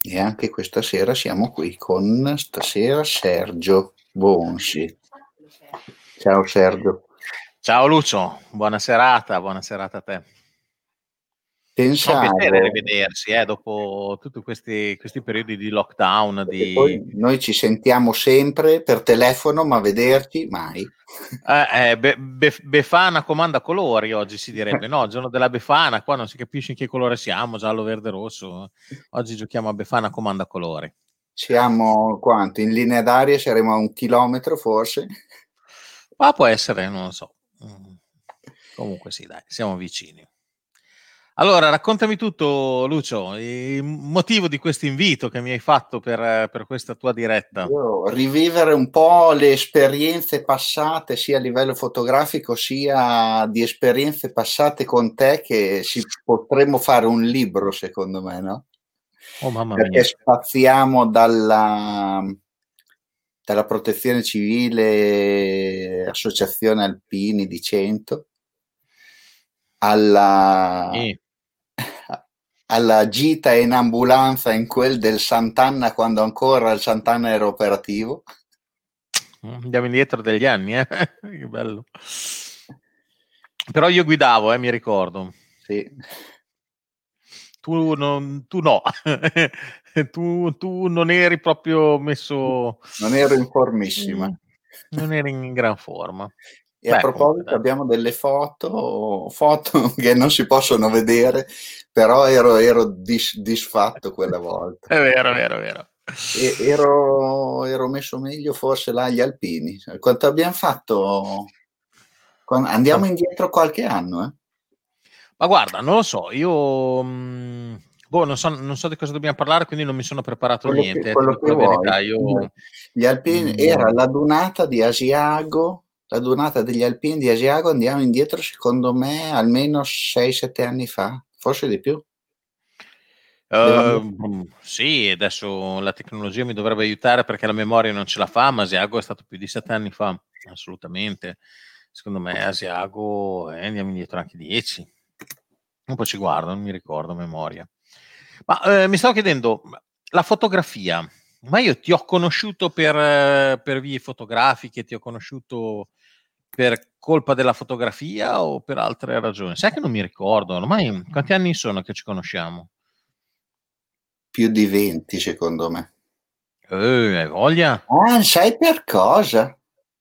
E anche questa sera siamo qui con stasera Sergio Bonsi. Ciao Sergio. Ciao Lucio, buona serata a te. È un piacere Pensavo, rivedersi, dopo tutti questi periodi di lockdown, perché poi noi ci sentiamo sempre per telefono, ma vederci mai. Befana comanda colori, oggi si direbbe, no? Il giorno della Befana, qua non si capisce in che colore siamo, giallo, verde, rosso. Oggi giochiamo a Befana comanda colori. Siamo quanto? In linea d'aria saremo a 1 chilometro forse? Ma può essere, non lo so. Comunque sì, dai, siamo vicini. Allora, raccontami tutto, Lucio, il motivo di questo invito che mi hai fatto per questa tua diretta. Rivivere un po' le esperienze passate sia a livello fotografico sia di esperienze passate con te, che potremmo fare un libro secondo me, no? Oh mamma Perché mia. spaziamo dalla protezione civile, associazione alpini di Cento, alla, Sì. alla gita in ambulanza in quel del Sant'Anna, quando ancora il Sant'Anna era operativo. Andiamo indietro degli anni, eh? Che bello. Però io guidavo, mi ricordo. Sì. Tu no. tu non eri proprio messo. Non ero in formissima. Non eri in gran forma. E a Beh, comunque proposito dai. abbiamo delle foto che non si possono vedere, però ero disfatto quella volta. È vero, è vero, è vero. Ero messo meglio forse là agli alpini. Quanto abbiamo fatto? Andiamo indietro qualche anno, eh? Ma guarda, non lo so, io non so di cosa dobbiamo parlare, quindi non mi sono preparato niente, ti Quello dico che la vuoi. verità. Io Gli alpini era mm, la dunata di Asiago, la dunata degli alpini di Asiago. Andiamo indietro, secondo me, almeno 6-7 anni fa, forse di più. sì, adesso la tecnologia mi dovrebbe aiutare perché la memoria non ce la fa, ma Asiago è stato più di 7 anni fa, assolutamente. Secondo me Asiago andiamo indietro anche 10. Un po' ci guardo, non mi ricordo a memoria. Ma mi stavo chiedendo, la fotografia, ma io ti ho conosciuto per vie fotografiche, ti ho conosciuto per colpa della fotografia o per altre ragioni? Sai che non mi ricordo, ormai quanti anni sono che ci conosciamo? Più di 20, secondo me. Hai voglia? Ah, sai per cosa?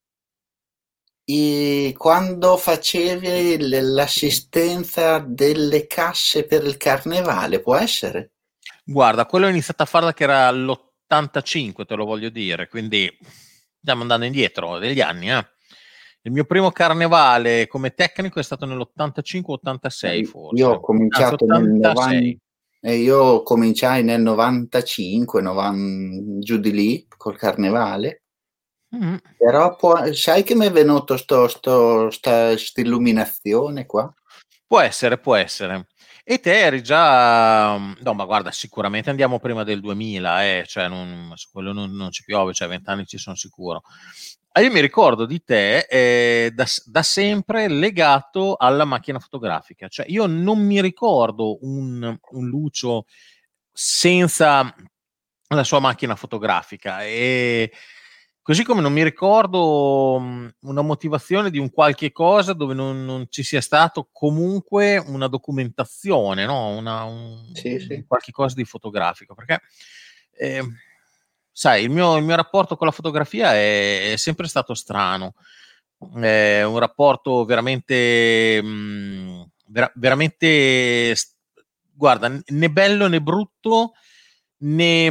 Quando facevi l'assistenza delle casse per il carnevale, può essere? Guarda, quello ho iniziato a farla che era l'85, te lo voglio dire, quindi stiamo andando indietro degli anni, eh. Il mio primo carnevale come tecnico è stato nell'85-86 Io ho forse, anzi cominciato nel 90, 86. io cominciai nel 95, 90, giù di lì, col carnevale. Mm. Però sai che mi è venuto sta illuminazione qua? Può essere, può essere. E te eri già. No, ma guarda, sicuramente andiamo prima del 2000, cioè su quello non ci piove, cioè 20 anni ci sono sicuro. Io mi ricordo di te da sempre legato alla macchina fotografica, cioè io non mi ricordo un Lucio senza la sua macchina fotografica, e così come non mi ricordo una motivazione di un qualche cosa dove non ci sia stato comunque una documentazione, no? Sì, sì. Qualche cosa di fotografico, perché eh, sai, il mio rapporto con la fotografia è sempre stato strano, è un rapporto veramente, veramente, guarda, né bello né brutto, né,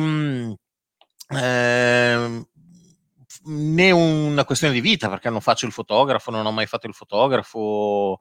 ehm, né una questione di vita, perché non faccio il fotografo, non ho mai fatto il fotografo,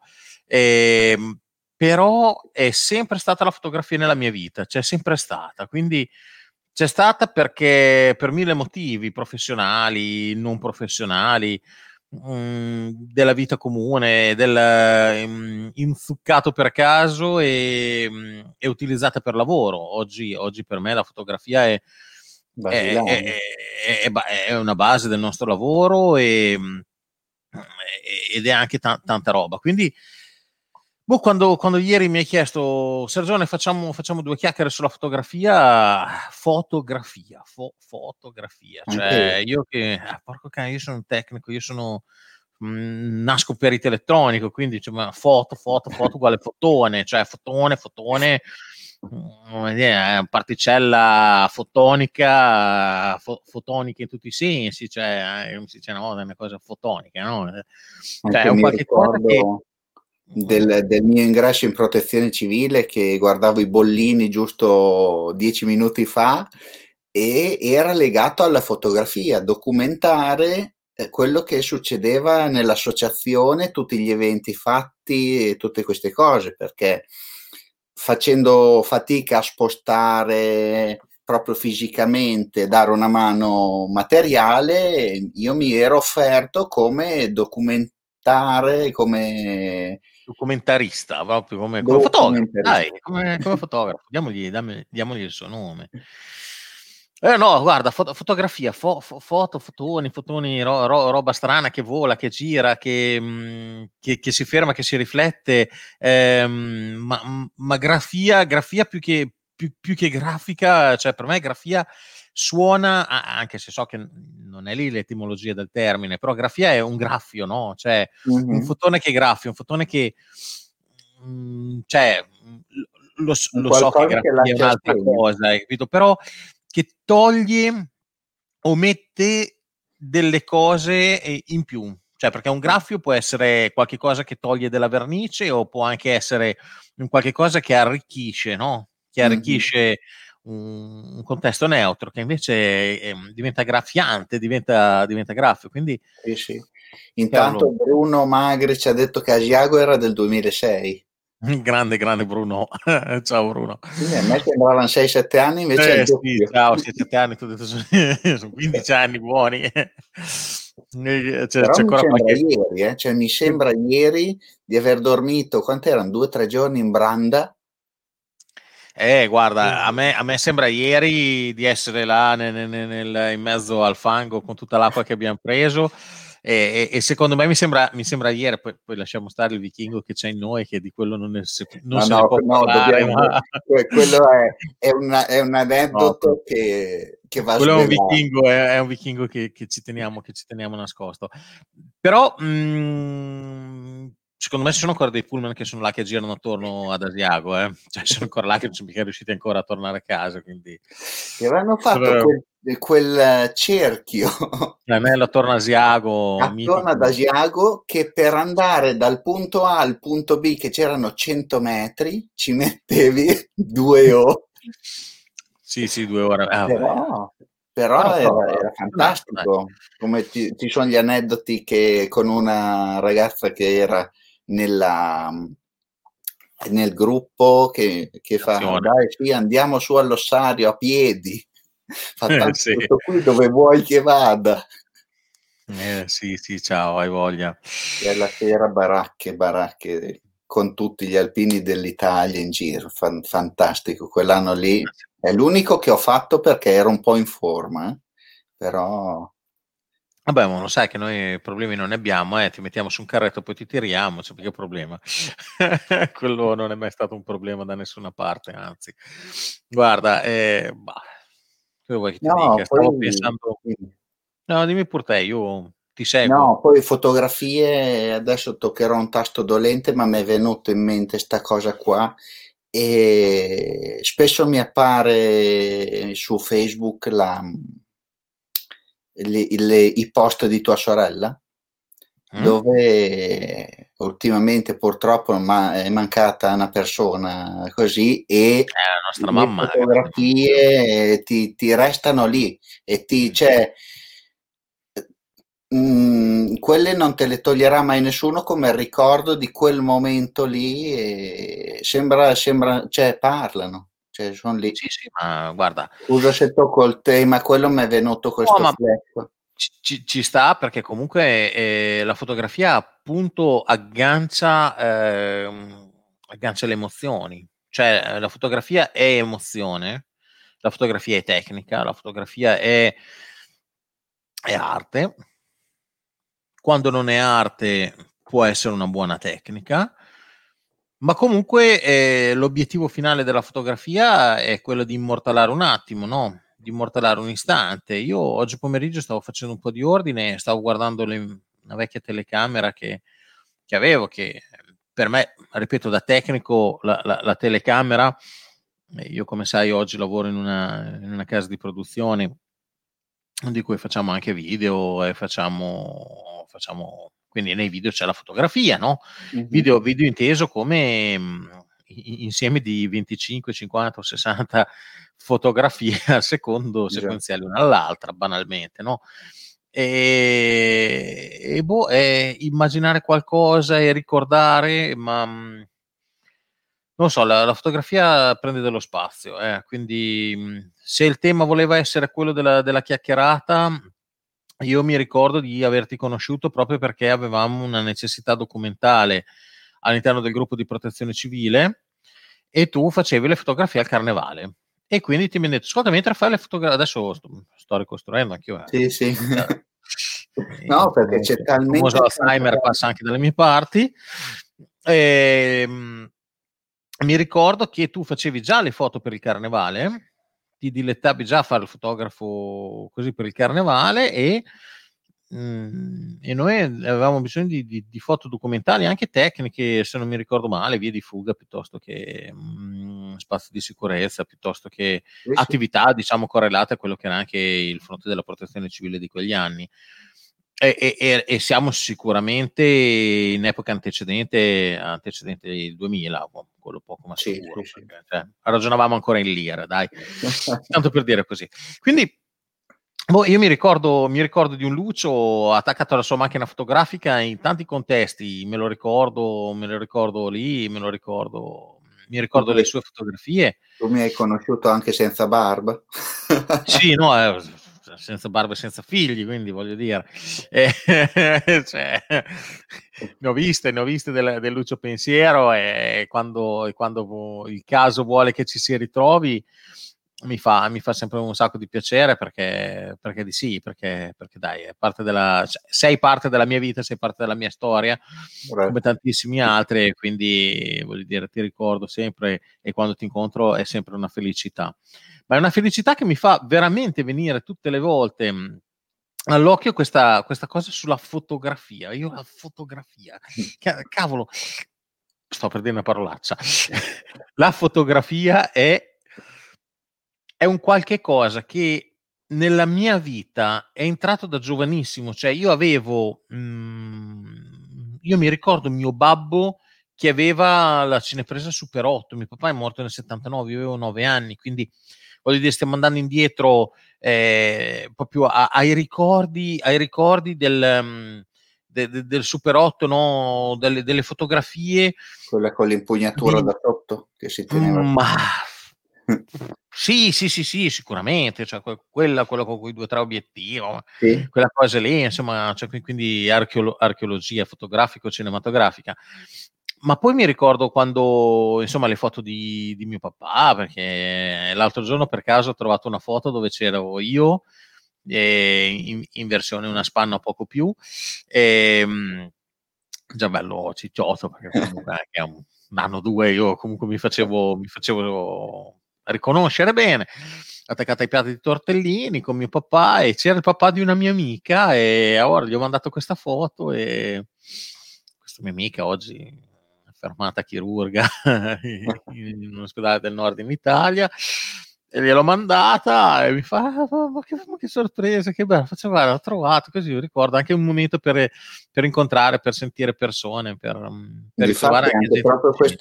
però è sempre stata la fotografia nella mia vita, c'è sempre stata, quindi c'è stata perché per mille motivi professionali, non professionali, della vita comune, inzuccato per caso e utilizzata per lavoro. Oggi per me la fotografia è, è- Basilare. è una base del nostro lavoro ed è anche tanta roba. Quindi Boh, quando ieri mi hai chiesto, Sergione, facciamo due chiacchiere sulla fotografia, Anche cioè io che, porco cane, io sono un tecnico, nasco perito elettronico, quindi cioè, ma foto uguale fotone, cioè fotone, particella fotonica in tutti i sensi, cioè, come si dice una volta, una cosa fotonica, no? Cioè è anche un mi qualche cosa che ricordo del mio ingresso in protezione civile che guardavo i bollini giusto 10 minuti fa e era legato alla fotografia, documentare quello che succedeva nell'associazione, tutti gli eventi fatti e tutte queste cose, perché facendo fatica a spostare proprio fisicamente, dare una mano materiale, io mi ero offerto come documentarista, proprio come fotografo, dai, documentarista. come fotografo, diamogli il suo nome. No, guarda, fotografia, fotoni, roba strana che vola, che gira, che si ferma, che si riflette, ma grafia più che grafica, cioè per me grafia suona, anche se so che non è lì l'etimologia del termine, però grafia è un graffio, no? Cioè un Mhm. fotone che graffia, un fotone che, cioè, Un lo so che qualcosa che grafia è lascia un'altra segno. cosa, hai capito? Però che toglie o mette delle cose in più. Cioè, perché un graffio può essere qualche cosa che toglie della vernice o può anche essere un qualche cosa che arricchisce, no? Che Mhm. arricchisce un contesto neutro, che invece diventa graffiante, diventa graffio. Quindi, Sì, sì. cavolo, Intanto Bruno Magri ci ha detto che Asiago era del 2006. grande Bruno. Ciao Bruno. Quindi a me sembravano 6-7 anni, invece è il Sì, doppio. ciao, 7 anni, tu hai detto, sono 15 anni buoni. C'è Però mi ancora sembra qualche. ieri, cioè mi sembra ieri di aver dormito, quant'erano? 2 o 3 giorni in branda. Guarda, a me sembra ieri di essere là in mezzo al fango con tutta l'acqua che abbiamo preso e secondo me mi sembra ieri, poi lasciamo stare il vichingo che c'è in noi, che di quello non No, se ne no, può no, parlare, ma quello è un no, aneddoto che va quello svelato. è un vichingo che ci teniamo nascosto. Però, secondo me ci sono ancora dei pullman che sono là che girano attorno ad Asiago, eh. Cioè sono ancora là che non sono mica riusciti ancora a tornare a casa, quindi Che avevano fatto solo quel cerchio l'anello attorno a Asiago attorno ad mitico. Asiago che per andare dal punto A al punto B, che c'erano 100 metri, ci mettevi 2 ore. Sì, 2 ore. Vabbè. Però, però Però era funzionato, dai. fantastico, come ci sono gli aneddoti che con una ragazza che era nella, nel gruppo che fa, Azione. dai sì, andiamo su all'ossario a piedi, fa tanto Sì. tutto qui dove vuoi che vada. Sì, ciao, hai voglia. E alla sera baracche con tutti gli alpini dell'Italia in giro, fantastico. Quell'anno lì è l'unico che ho fatto perché ero un po' in forma, però Vabbè, ma lo sai che noi problemi non ne abbiamo, ti mettiamo su un carretto, poi ti tiriamo, c'è mica problema. Quello non è mai stato un problema da nessuna parte, anzi. Guarda, cosa vuoi che ti no, dica? poi Stavo pensando. No, dimmi pure te, io ti seguo. no, poi fotografie, adesso toccherò un tasto dolente, ma mi è venuto in mente sta cosa qua e spesso mi appare su Facebook i post di tua sorella, Mm? dove ultimamente purtroppo è mancata una persona così e La nostra le mamma, grande mamma. fotografie ti restano lì e cioè, quelle non te le toglierà mai nessuno come il ricordo di quel momento lì e cioè parlano, cioè sono lì. Sì, ma guarda, Scusa se tocco il tema, quello mi è venuto no, questo ma flash. ci sta perché comunque la fotografia appunto aggancia le emozioni, cioè la fotografia è emozione, la fotografia è tecnica, la fotografia è arte, quando non è arte può essere una buona tecnica, Ma comunque l'obiettivo finale della fotografia è quello di immortalare un attimo, no? Di immortalare un istante. Io oggi pomeriggio stavo facendo un po' di ordine, stavo guardando una vecchia telecamera che avevo, che per me, ripeto, da tecnico, la telecamera, io come sai oggi lavoro in una casa di produzione di cui facciamo anche video e facciamo quindi nei video c'è la fotografia, no, Mhm. video inteso come, insieme di 25, 50 o 60 fotografie al secondo Già. sequenziali una all'altra banalmente, no, boh, immaginare qualcosa e ricordare, ma, non so, la fotografia prende dello spazio, quindi, se il tema voleva essere quello della chiacchierata, io mi ricordo di averti conosciuto proprio perché avevamo una necessità documentale all'interno del gruppo di protezione civile e tu facevi le fotografie al carnevale. E quindi ti mi han detto: "Ascolta, mentre fai le adesso sto ricostruendo anch'io, Sì, sì. il No, perché c'è famoso talmente tanta Alzheimer roba. passa anche dalle mie parti. Ehm, Mi ricordo che tu facevi già le foto per il carnevale, ti dilettavi già a fare il fotografo così per il carnevale e noi avevamo bisogno di foto documentali, anche tecniche, se non mi ricordo male, vie di fuga piuttosto che, spazi di sicurezza, piuttosto che Sì, sì. attività, diciamo, correlate a quello che era anche il fronte della protezione civile di quegli anni. E siamo sicuramente in epoca antecedente il 2000, quello poco ma Sì, sì, sicuro, sì. perché cioè, ragionavamo ancora in lire, dai, tanto per dire così. Quindi, boh, io mi ricordo di un Lucio attaccato alla sua macchina fotografica in tanti contesti, me lo ricordo lì, mi ricordo le Comunque sue fotografie. tu mi hai conosciuto anche senza barba. Sì, no, senza barba e senza figli, quindi voglio dire, cioè, ne ho viste del Lucio Pensiero e quando il caso vuole che ci si ritrovi, mi fa sempre un sacco di piacere perché di sì, perché dai, è parte cioè, sei parte della mia vita, sei parte della mia storia, come tantissimi altri, e quindi voglio dire, ti ricordo sempre e quando ti incontro è sempre una felicità. Ma è una felicità che mi fa veramente venire tutte le volte, all'occhio questa cosa sulla fotografia. Io la fotografia, cavolo, sto per dire una parolaccia. La fotografia è un qualche cosa che nella mia vita è entrato da giovanissimo, cioè io mi ricordo mio babbo che aveva la cinepresa Super 8, mio papà è morto nel '79, io avevo 9 anni, quindi voglio dire stiamo andando indietro, proprio ai ricordi del Super 8, no, delle fotografie Quella con l'impugnatura di da sotto che si teneva. mah, sì, sì, sì, sì, sicuramente, cioè quella con quei 2 o 3 obiettivi, Sì, quella cosa lì, insomma, cioè quindi archeologia fotografico-cinematografica. Ma poi mi ricordo quando, insomma, le foto di mio papà, perché l'altro giorno per caso ho trovato una foto dove c'ero io, in versione una spanna o poco più, ehm, già bello cicciotto, perché comunque anche a un anno o 2 io comunque mi facevo riconoscere bene, attaccata ai piatti di tortellini con mio papà e c'era il papà di una mia amica e allora gli ho mandato questa foto e questa mia amica oggi è fermata chirurga in un ospedale del nord in Italia e gliel'ho mandata e mi fa: "Ah, ma che sorpresa, che bello." Faccio: "Guarda, l'ho trovato." Così io ricordo anche un momento per incontrare, per sentire persone, per ritrovare difatti anche anche gente proprio vicina.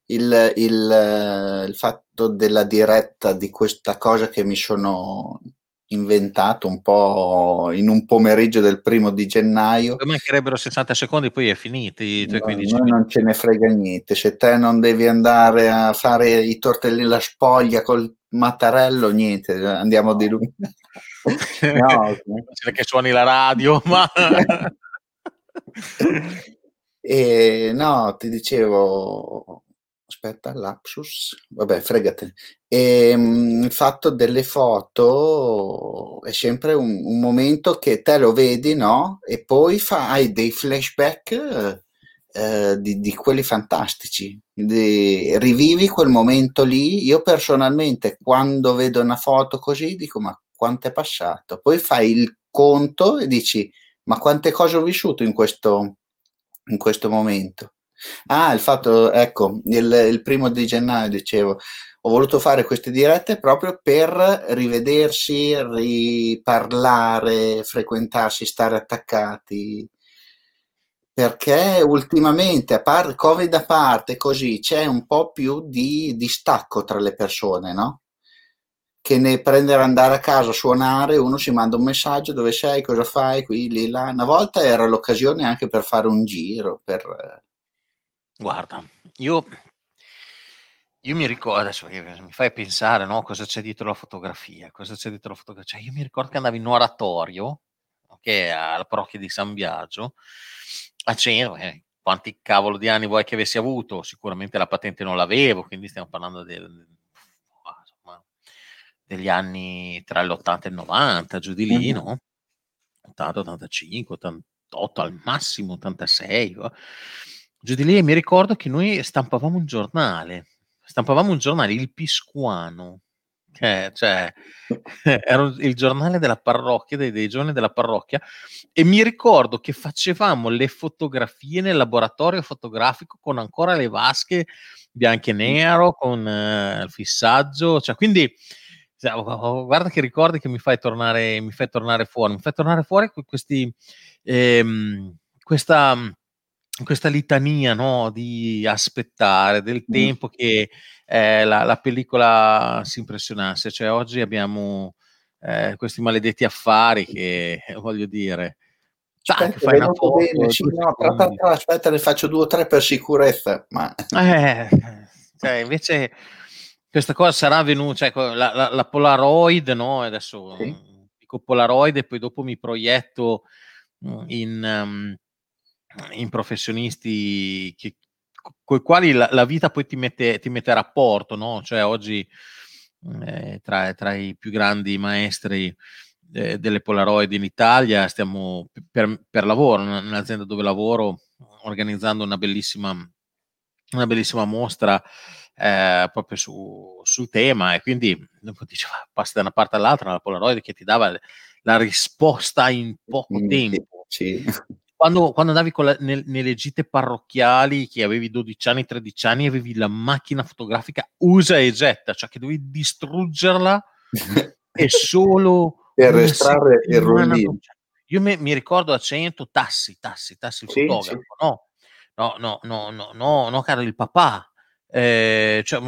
il fatto della diretta di questa cosa che mi sono inventato un po' in un pomeriggio del 1° di gennaio. Poi mancherebbero 60 secondi, poi è finiti i tuoi No, 15 noi non ce minuti. ne frega niente. Se te non devi andare a fare i tortellini alla spoglia col mattarello, niente, andiamo di lui. No, Facile che suoni la radio, ma no, ti dicevo, aspetta, lapsus, vabbè, fregatene. Il fatto delle foto è sempre un momento che te lo vedi, no? E poi hai dei flashback di quelli fantastici. Rivivi quel momento lì. Io personalmente, quando vedo una foto così, dico: ma quanto è passato? Poi fai il conto e dici: ma quante cose ho vissuto in questo momento? Ah, il fatto, ecco, il primo di gennaio dicevo, ho voluto fare queste dirette proprio per rivedersi, riparlare, frequentarsi, stare attaccati. Perché ultimamente, a parte Covid a parte, così c'è un po' più di distacco tra le persone, no? Che ne prendere andare a casa, suonare, uno si manda un messaggio: dove sei, cosa fai, qui, lì, là. Una volta era l'occasione anche per fare un giro, per... Guarda, io io mi ricordo adesso che mi fai pensare, no, cosa c'è dietro la fotografia, cosa c'è dietro la fotografia. Cioè io mi ricordo che andavo in oratorio, che è alla parrocchia di San Biagio, a Cenere, quanti cavolo di anni vuoi che avessi avuto? Sicuramente la patente non l'avevo, quindi stiamo parlando insomma, degli anni tra l'80 e il 90, giù di lì, Mhm. no? 80, 85, 88, al massimo 86, giù di lì. E mi ricordo che noi stampavamo un giornale, il Piscuano, che cioè era il giornale della parrocchia, dei giorni della parrocchia, e mi ricordo che facevamo le fotografie nel laboratorio fotografico con ancora le vasche bianche e nero, con il fissaggio, cioè quindi guarda che ricordi che mi fai tornare fuori questi, questa, questa litania, no, di aspettare del Mm. tempo che la pellicola si impressionasse. Cioè oggi abbiamo questi maledetti affari che, voglio dire, tac, Aspetta, è fai una venuto bene, foto, sì, due no, secondi. aspetta, ne faccio due o tre per sicurezza, ma... Eh, cioè invece questa cosa sarà venuta, cioè la Polaroid, no? Adesso Sì. dico Polaroid e poi dopo mi proietto in professionisti con i quali la vita poi ti mette a rapporto, no? Cioè oggi tra i più grandi maestri delle Polaroid in Italia stiamo per lavoro, un'azienda dove lavoro, organizzando una bellissima mostra proprio sul tema, e quindi dopo diceva, passi da una parte all'altra, la Polaroid che ti dava la risposta in poco Sì, tempo. sì. Quando andavi nelle gite parrocchiali, che avevi 12 anni, 13 anni, avevi la macchina fotografica usa e getta, cioè che dovevi distruggerla e solo Per una estrarre il settimana rullino. dopo. Cioè, io mi ricordo a 100 tassi il Sì, sì. fotografo, no, no, no, no, no, no, no, caro, il papà, cioè,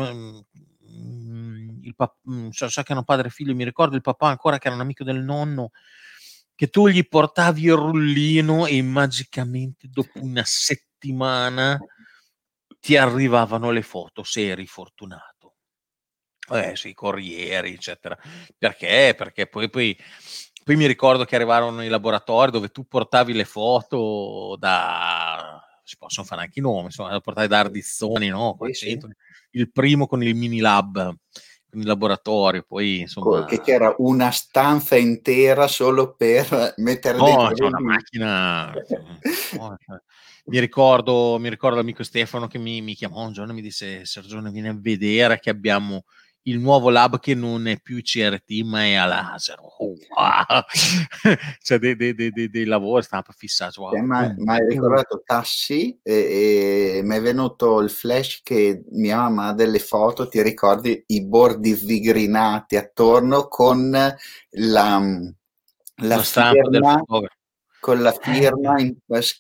so che erano padre e figlio, mi ricordo il papà ancora che era un amico del nonno, che tu gli portavi il rullino e magicamente dopo una settimana ti arrivavano le foto se eri fortunato. Sì, corrieri, eccetera. Perché? Perché poi mi ricordo che arrivarono i laboratori dove tu portavi le foto da, si possono fare anche i nomi, insomma, le portavi da Ardizzoni, no? Qua a Sì, sì. Centro, il primo con il mini lab, con il laboratorio, poi Che insomma. c'era una stanza intera solo per mettere No, dentro c'è il una rullino. macchina, no, cioè, mi ricordo l'amico Stefano che mi chiamò un giorno e mi disse: Sergione, vieni a vedere che abbiamo il nuovo lab che non è più CRT ma è a laser. Oh, wow. Cioè dei lavori stavano per fissare, wow, Ma boom. hai ricordato Tassi e mi è venuto il flash che mia mamma ha delle foto, ti ricordi i bordi svigrinati attorno la, la Una stampa del firma, fotografo. con la Eh, firma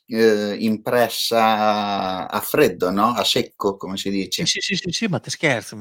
impressa a freddo, no? A secco, come si sì, dice. sì, sì, sì, sì, ma te scherzi,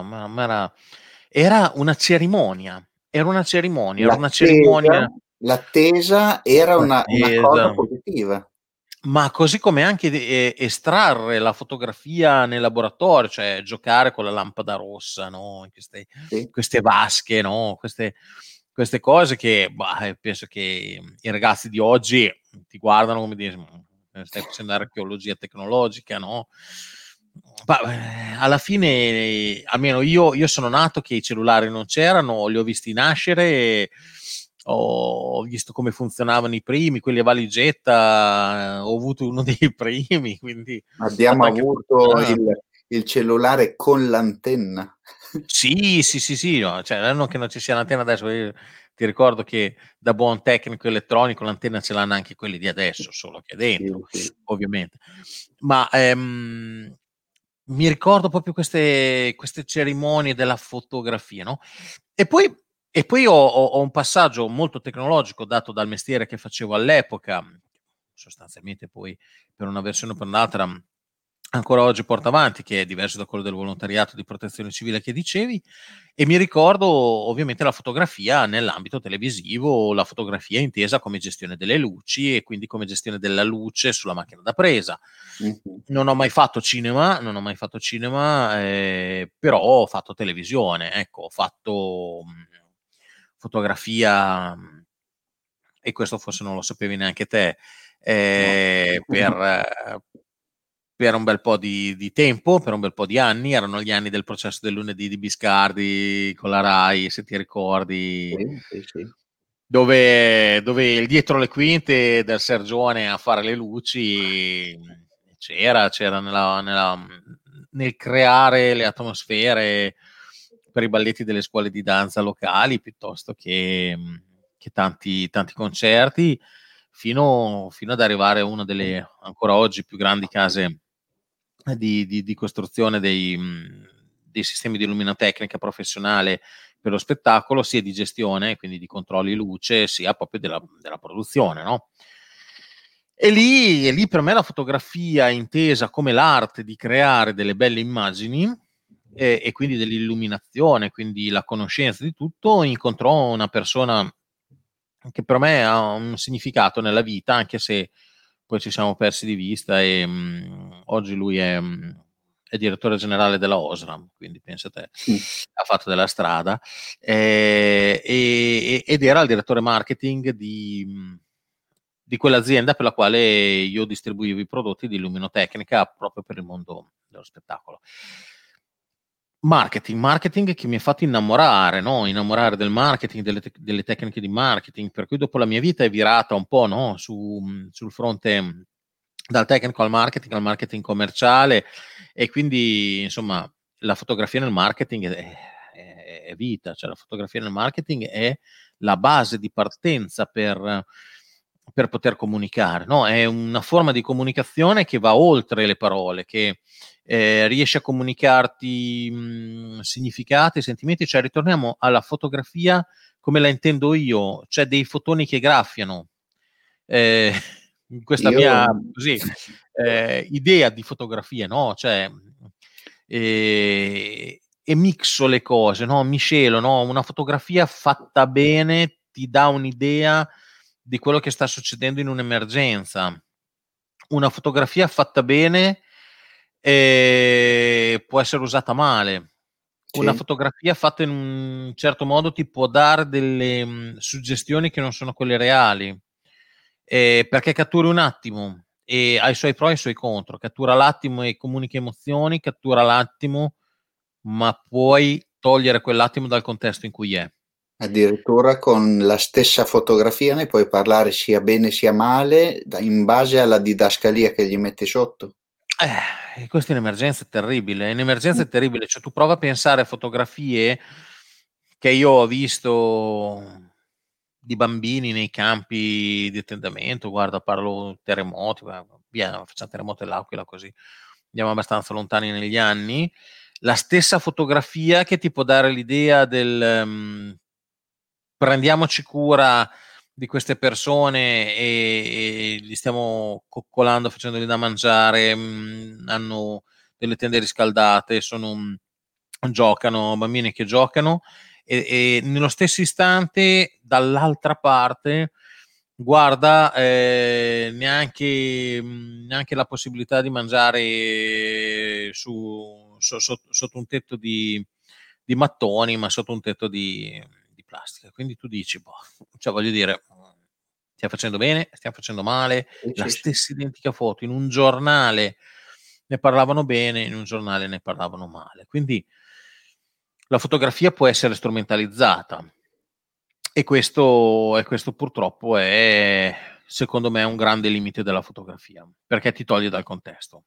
era una cerimonia, era una cerimonia, era una L'attesa, cerimonia. l'attesa era una cosa Attesa. positiva. Ma così come anche estrarre la fotografia nel laboratorio, cioè giocare con la lampada rossa, no? In Sì. queste vasche, no? Queste cose che bah, penso che i ragazzi di oggi ti guardano come dire: stai facendo archeologia tecnologica, no?" Ma, alla fine, almeno io sono nato che i cellulari non c'erano, li ho visti nascere ho visto come funzionavano i primi, quelli a valigetta, ho avuto uno dei primi, quindi ho Abbiamo fatto anche avuto fotografi. il cellulare con l'antenna. Sì, sì, sì, sì, no, cioè non che non ci sia l'antenna adesso, io ti ricordo che da buon tecnico elettronico l'antenna ce l'hanno anche quelli di adesso, solo che Sì, dentro, sì. ovviamente. Ma mi ricordo proprio queste cerimonie della fotografia, no? E poi, e poi ho un passaggio molto tecnologico dato dal mestiere che facevo all'epoca, sostanzialmente poi per una versione o per un'altra ancora oggi porta avanti, che è diverso da quello del volontariato di protezione civile che dicevi, e mi ricordo ovviamente la fotografia nell'ambito televisivo, la fotografia intesa come gestione delle luci e quindi come gestione della luce sulla macchina da presa. Mhm. Non ho mai fatto cinema, non ho mai fatto cinema, però ho fatto televisione, ecco, ho fatto fotografia, e questo forse non lo sapevi neanche te, No. per un bel po' di tempo, per un bel po' di anni, erano gli anni del Processo del lunedì di Biscardi con la Rai, se ti ricordi, Sì, sì, sì. dove il dietro le quinte del Sergione a fare le luci c'era nel creare le atmosfere per i balletti delle scuole di danza locali piuttosto che tanti concerti, fino ad arrivare a una delle ancora oggi più grandi case di costruzione dei sistemi di illuminotecnica professionale per lo spettacolo, sia di gestione, quindi di controlli luce, sia proprio della produzione, no? E lì per me la fotografia intesa come l'arte di creare delle belle immagini e quindi dell'illuminazione, quindi la conoscenza di tutto, incontrò una persona che per me ha un significato nella vita, anche se poi ci siamo persi di vista e oggi lui è direttore generale della Osram, quindi pensa te, Mm. ha fatto della strada, ed era il direttore marketing di quell'azienda per la quale io distribuivo i prodotti di illuminotecnica proprio per il mondo dello spettacolo. Marketing che mi ha fatto innamorare, no? Innamorare del marketing, delle tecniche di marketing, per cui dopo la mia vita è virata un po', no? Sul fronte dal tecnico al marketing commerciale, e quindi insomma la fotografia nel marketing è vita, cioè la fotografia nel marketing è la base di partenza per poter comunicare, no? È una forma di comunicazione che va oltre le parole, che riesce a comunicarti significati, sentimenti, cioè ritorniamo alla fotografia come la intendo io, cioè dei fotoni che graffiano. Eh, in questa Io mia così, idea di fotografia, no? Cioè, e mixo le cose, no? Miscelo, no? Una fotografia fatta bene ti dà un'idea di quello che sta succedendo in un'emergenza. Una fotografia fatta bene può essere usata male. Una sì, fotografia fatta in un certo modo ti può dare delle suggestioni che non sono quelle reali, perché cattura un attimo e ha i suoi pro e i suoi contro. Cattura l'attimo e comunica emozioni, cattura l'attimo, ma puoi togliere quell'attimo dal contesto in cui è. addirittura con la stessa fotografia ne puoi parlare sia bene sia male in base alla didascalia che gli metti sotto. Questo in emergenza è terribile. In emergenza è terribile. Cioè, tu prova a pensare a fotografie che io ho visto di bambini nei campi di tendamento. Guarda, parlo terremoti, via, facciamo terremoto dell'Aquila così. Andiamo abbastanza lontani negli anni. La stessa fotografia che ti può dare l'idea del prendiamoci cura di queste persone e li stiamo coccolando, facendoli da mangiare, hanno delle tende riscaldate, giocano, bambini che giocano, e nello stesso istante dall'altra parte guarda, neanche la possibilità di mangiare sotto un tetto di mattoni, ma sotto un tetto di plastica. Quindi tu dici, boh, cioè voglio dire, stiamo facendo bene, stiamo facendo male, Sì, la sì, sì. stessa identica foto in un giornale ne parlavano bene, in un giornale ne parlavano male. Quindi la fotografia può essere strumentalizzata. questo purtroppo è, secondo me, un grande limite della fotografia, perché ti toglie dal contesto.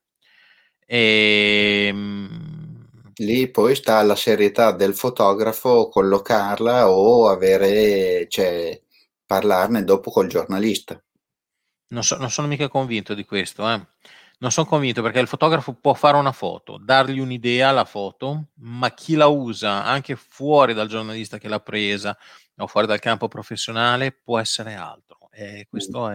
Lì poi sta la serietà del fotografo collocarla o avere, cioè, parlarne dopo col giornalista. Non sono mica convinto di questo, eh. Non sono convinto perché il fotografo può fare una foto, dargli un'idea alla foto, ma chi la usa anche fuori dal giornalista che l'ha presa o fuori dal campo professionale può essere altro. E questo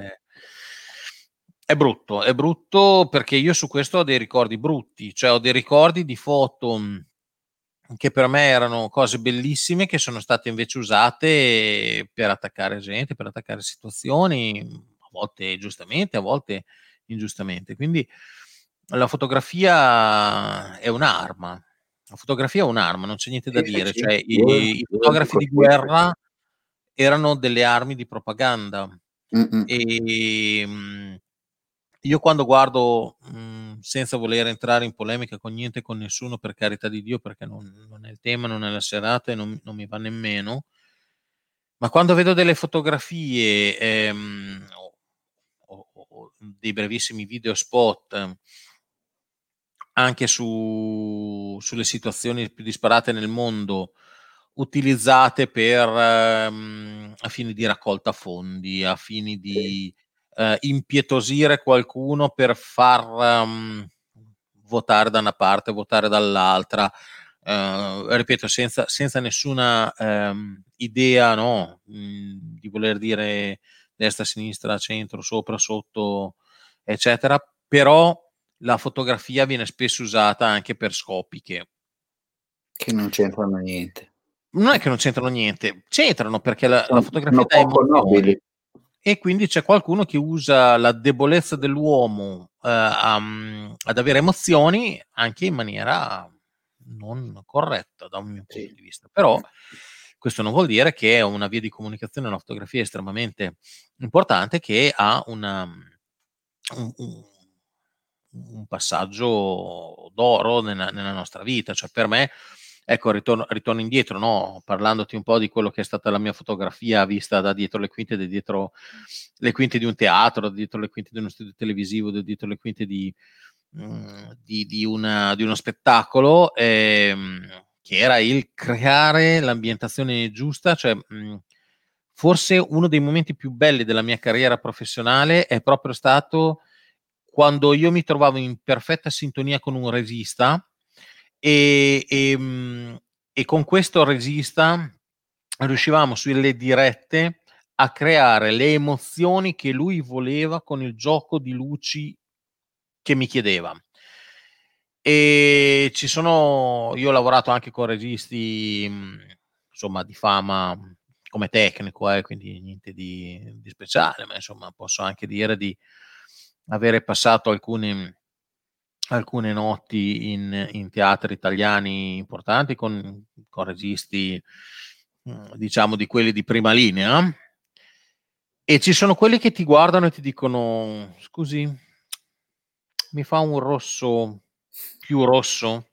è brutto perché io su questo ho dei ricordi brutti, cioè ho dei ricordi di foto che per me erano cose bellissime che sono state invece usate per attaccare gente, per attaccare situazioni, a volte giustamente, a volte ingiustamente. Quindi la fotografia è un'arma. La fotografia è un'arma, non c'è niente da Sì, sì, dire. sì, Cioè, i io fotografi dico di sempre. guerra erano delle armi di propaganda. Mm, mm. E io quando guardo, senza voler entrare in polemica con niente e con nessuno, per carità di Dio, perché non è il tema, non è la serata e non mi va nemmeno, ma quando vedo delle fotografie o dei brevissimi video spot anche sulle situazioni più disparate nel mondo, utilizzate per a fini di raccolta fondi, a fini Sì. di impietosire qualcuno per far votare da una parte, votare dall'altra. Ripeto, senza nessuna idea, no, di voler dire destra, sinistra, centro, sopra, sotto, eccetera, però la fotografia viene spesso usata anche per scopi che Che non c'entrano niente. non è che non c'entrano niente, c'entrano perché la fotografia Sono dà poco emozioni nobili. e quindi c'è qualcuno che usa la debolezza dell'uomo ad avere emozioni anche in maniera non corretta da un mio punto Sì. di vista. Però questo non vuol dire che è una via di comunicazione, una fotografia estremamente importante che ha un un passaggio d'oro nella nostra vita. Cioè per me, ecco, ritorno indietro, no? Parlandoti un po' di quello che è stata la mia fotografia vista da dietro le quinte, da dietro le quinte di un teatro, da dietro le quinte di uno studio televisivo, da dietro le quinte di uno spettacolo, che era il creare l'ambientazione giusta, cioè forse uno dei momenti più belli della mia carriera professionale è proprio stato quando io mi trovavo in perfetta sintonia con un regista e, e con questo regista riuscivamo sulle dirette a creare le emozioni che lui voleva con il gioco di luci che mi chiedeva. E io ho lavorato anche con registi, insomma, di fama come tecnico, quindi niente di speciale, ma insomma posso anche dire di avere passato alcune notti in teatri italiani importanti con registi, diciamo di quelli di prima linea. E ci sono quelli che ti guardano e ti dicono: "Scusi, mi fa un rosso più rosso?"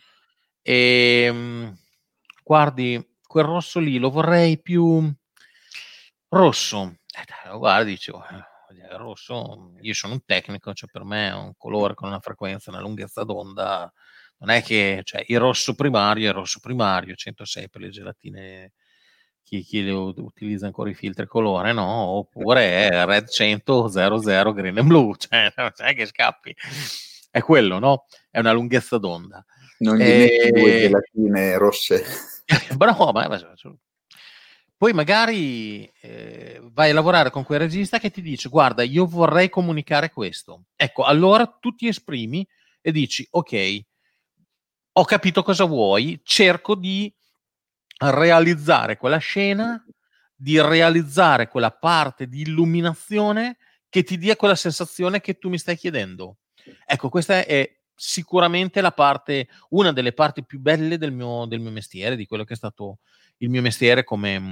Ehm, "Guardi, quel rosso lì lo vorrei più rosso." Lo guardi e dici: il rosso, io sono un tecnico, cioè per me è un colore con una frequenza, una lunghezza d'onda, non è che cioè il rosso primario è il rosso primario, 106 per le gelatine, chi le utilizza ancora i filtri colore, no, oppure è red 100 00 green and blue, cioè non è che scappi. È quello, no, è una lunghezza d'onda. Non gli metti 2 Ehm gelatine rosse. Bravo, ma poi magari, vai a lavorare con quel regista che ti dice: "Guarda, io vorrei comunicare questo." Ecco, allora tu ti esprimi e dici: "Okay, ho capito cosa vuoi, cerco di realizzare quella scena, di realizzare quella parte di illuminazione che ti dia quella sensazione che tu mi stai chiedendo." Ecco, questa è sicuramente una delle parti più belle del mio mestiere, di quello che è stato il mio mestiere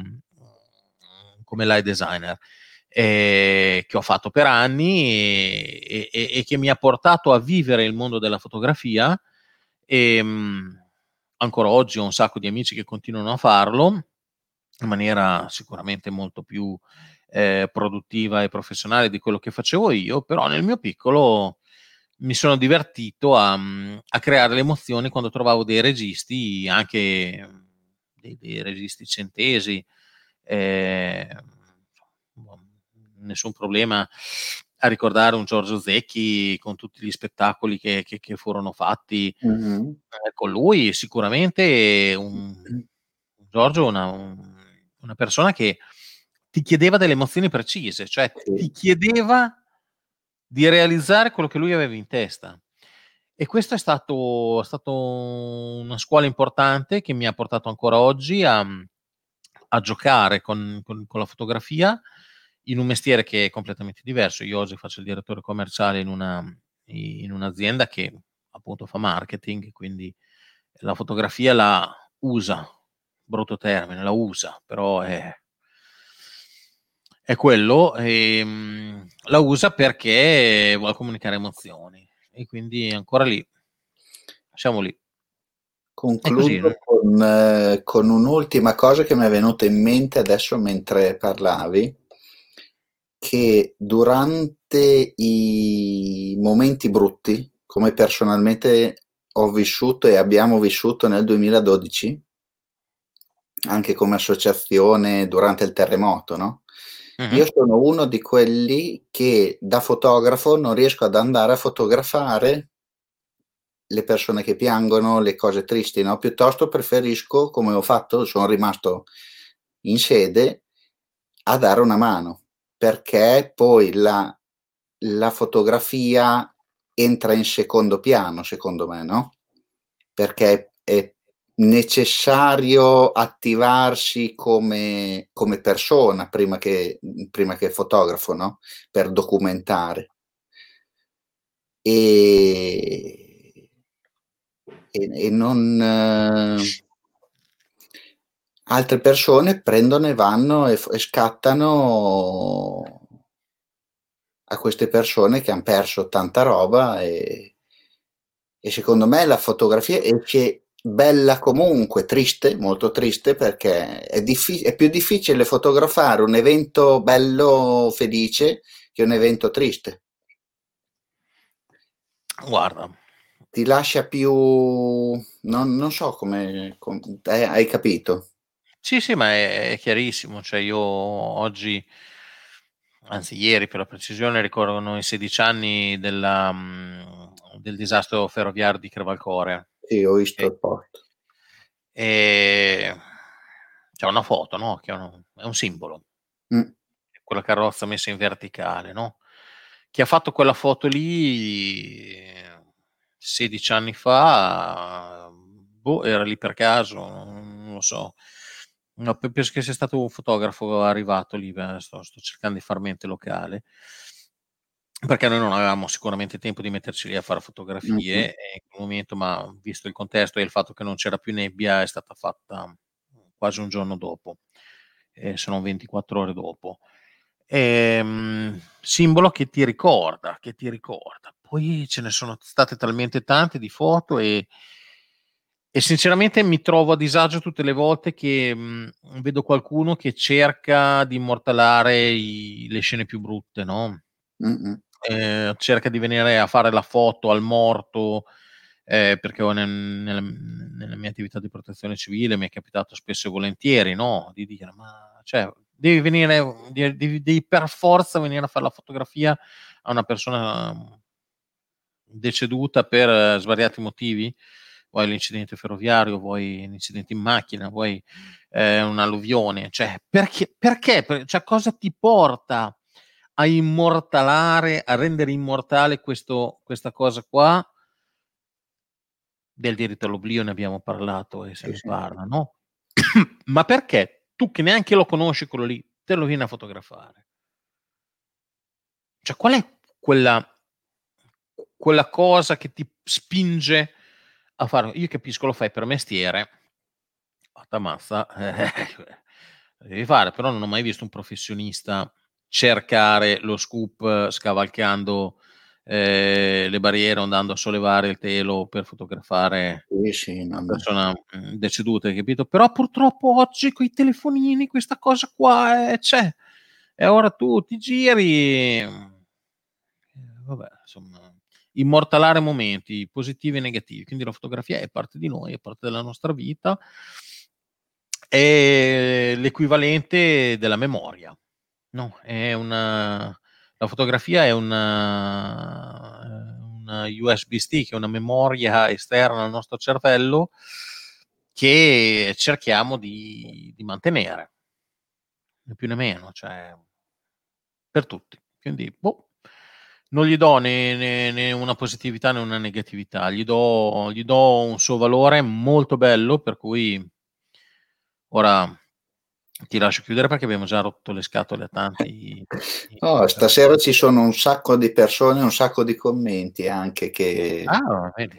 come light designer, che ho fatto per anni e che mi ha portato a vivere il mondo della fotografia. Ancora oggi ho un sacco di amici che continuano a farlo in maniera sicuramente molto più produttiva e professionale di quello che facevo io, però nel mio piccolo mi sono divertito a creare le emozioni quando trovavo dei registi, anche dei registi centesi, eh, nessun problema a ricordare un Giorgio Zecchi con tutti gli spettacoli che furono fatti con lui. Sicuramente Giorgio una persona che ti chiedeva delle emozioni precise, cioè ti Sì. chiedeva di realizzare quello che lui aveva in testa. E questo è stato una scuola importante che mi ha portato ancora oggi a giocare con la fotografia in un mestiere che è completamente diverso. Io oggi faccio il direttore commerciale in un'azienda che appunto fa marketing, quindi la fotografia la usa, brutto termine, la usa, però è quello, la usa perché vuole comunicare emozioni e quindi ancora lì, siamo lì. È così. Concludo con un'ultima cosa che mi è venuta in mente adesso mentre parlavi, che durante i momenti brutti, come personalmente ho vissuto e abbiamo vissuto nel 2012, anche come associazione durante il terremoto, no? Mhm. Io sono uno di quelli che da fotografo non riesco ad andare a fotografare le persone che piangono, le cose tristi, no? Piuttosto preferisco, come ho fatto, sono rimasto in sede a dare una mano, perché poi la fotografia entra in secondo piano, secondo me, no? Perché è necessario attivarsi come persona prima che fotografo, no? Per documentare. E, e non altre persone prendono e vanno e scattano a queste persone che han perso tanta roba e secondo me la fotografia esce bella comunque, triste, molto triste perché è più difficile fotografare un evento bello, felice che un evento triste. Guarda, Ti lascia più, non so hai capito. sì, sì, ma è chiarissimo. Cioè, io oggi, anzi, ieri per la precisione, ricordano i 16 anni del disastro ferroviario di Crevalcore. Sì, ho visto E, il post. e c'è una foto, no? Che è un simbolo. Mm, Quella carrozza messa in verticale, no? Chi ha fatto quella foto lì 16 anni fa, boh, era lì per caso, non lo so. No, penso che sia stato un fotografo arrivato lì, sto cercando di far mente locale, perché noi non avevamo sicuramente tempo di metterci lì a fare mm, mm. fotografie e in quel momento, ma visto il contesto e il fatto che non c'era più nebbia, è stata fatta quasi un giorno dopo, se non 24 ore dopo. Simbolo che ti ricorda. Poi ce ne sono state talmente tante di foto e sinceramente mi trovo a disagio tutte le volte che vedo qualcuno che cerca di immortalare le scene più brutte, no? Mh-mh. Cerca di venire a fare la foto al morto, perché ho nella mia attività di protezione civile mi è capitato spesso e volentieri, no, di dire: "Ma cioè, devi venire devi per forza venire a far la fotografia a una persona deceduta per svariati motivi? Vuoi l'incidente ferroviario, vuoi l'incidente in macchina, vuoi, un'alluvione, cioè perché? Cioè cosa ti porta a immortalare, a rendere immortale questa cosa qua. Del diritto all'oblio ne abbiamo parlato e se Sì, ne sì. parla, no, ma perché tu che neanche lo conosci quello lì, te lo vieni a fotografare? Cioè qual è quella cosa che ti spinge a farlo? Io capisco lo fai per mestiere, fatta ammazza, lo devi fare, però non ho mai visto un professionista cercare lo scoop scavalcando, le barriere, andando a sollevare il telo per fotografare Sì, la mamma. persona deceduta, hai capito? Però purtroppo oggi coi telefonini questa cosa qua c'è. E ora tu ti giri, vabbè, insomma, immortalare momenti positivi e negativi. Quindi la fotografia è parte di noi, è parte della nostra vita, è l'equivalente della memoria, no? La fotografia è una USB stick, è una memoria esterna al nostro cervello che cerchiamo di mantenere, né più né meno, cioè per tutti. Quindi, non gli do né una positività né una negatività, gli do un suo valore molto bello, per cui ora ti lascio chiudere perché abbiamo già rotto le scatole a tanti No, stasera ci sono un sacco di persone, un sacco di commenti anche che vedi.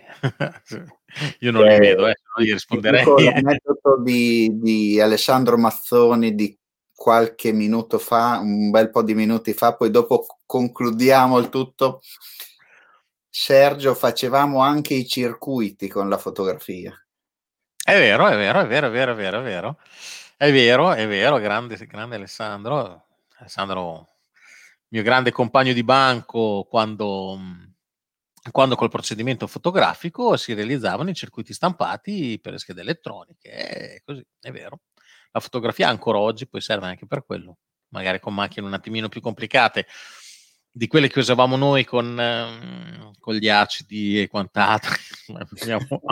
Io non li vedo, se no gli ti risponderei. dico l'aneddoto di Alessandro Mazzoni di qualche minuto fa, un bel po' di minuti fa, poi dopo concludiamo il tutto. Sergio, facevamo anche i circuiti con la fotografia. È vero, è vero, è vero, è vero, è vero, è vero. È vero, è vero, grande Alessandro. Alessandro, mio grande compagno di banco quando col procedimento fotografico si realizzavano i circuiti stampati per le schede elettroniche. È così, è vero. La fotografia ancora oggi poi serve anche per quello, magari con macchine un attimino più complicate di quelle che usavamo noi con gli acidi e quant'altro. Abbiamo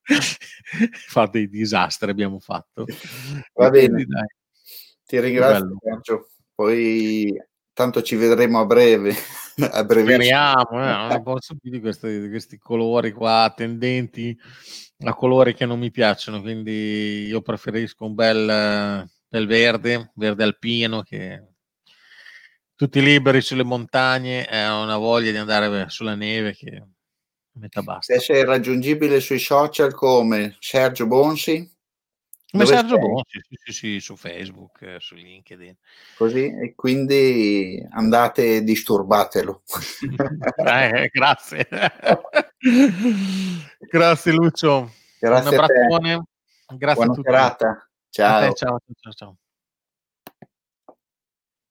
fatto dei disastri, abbiamo fatto. Va E bene, quindi dai, ti che ringrazio bello. Sergio, poi tanto ci vedremo a breve, a brevissimo. Speriamo, non posso più di questi colori qua tendenti a colori che non mi piacciono, quindi io preferisco un bel verde alpino, che tutti liberi sulle montagne, ho una voglia di andare sulla neve che a metà Te basta. sei raggiungibile sui social come Sergio Bonsi? Come Dove Sergio sei? Bonsi, sì, su Facebook, su LinkedIn. Così? E quindi andate e disturbatelo. Grazie. Grazie Lucio, un Grazie a te. abbraccione, grazie a Buona tutti. serata. A te, Ciao. ciao, ciao.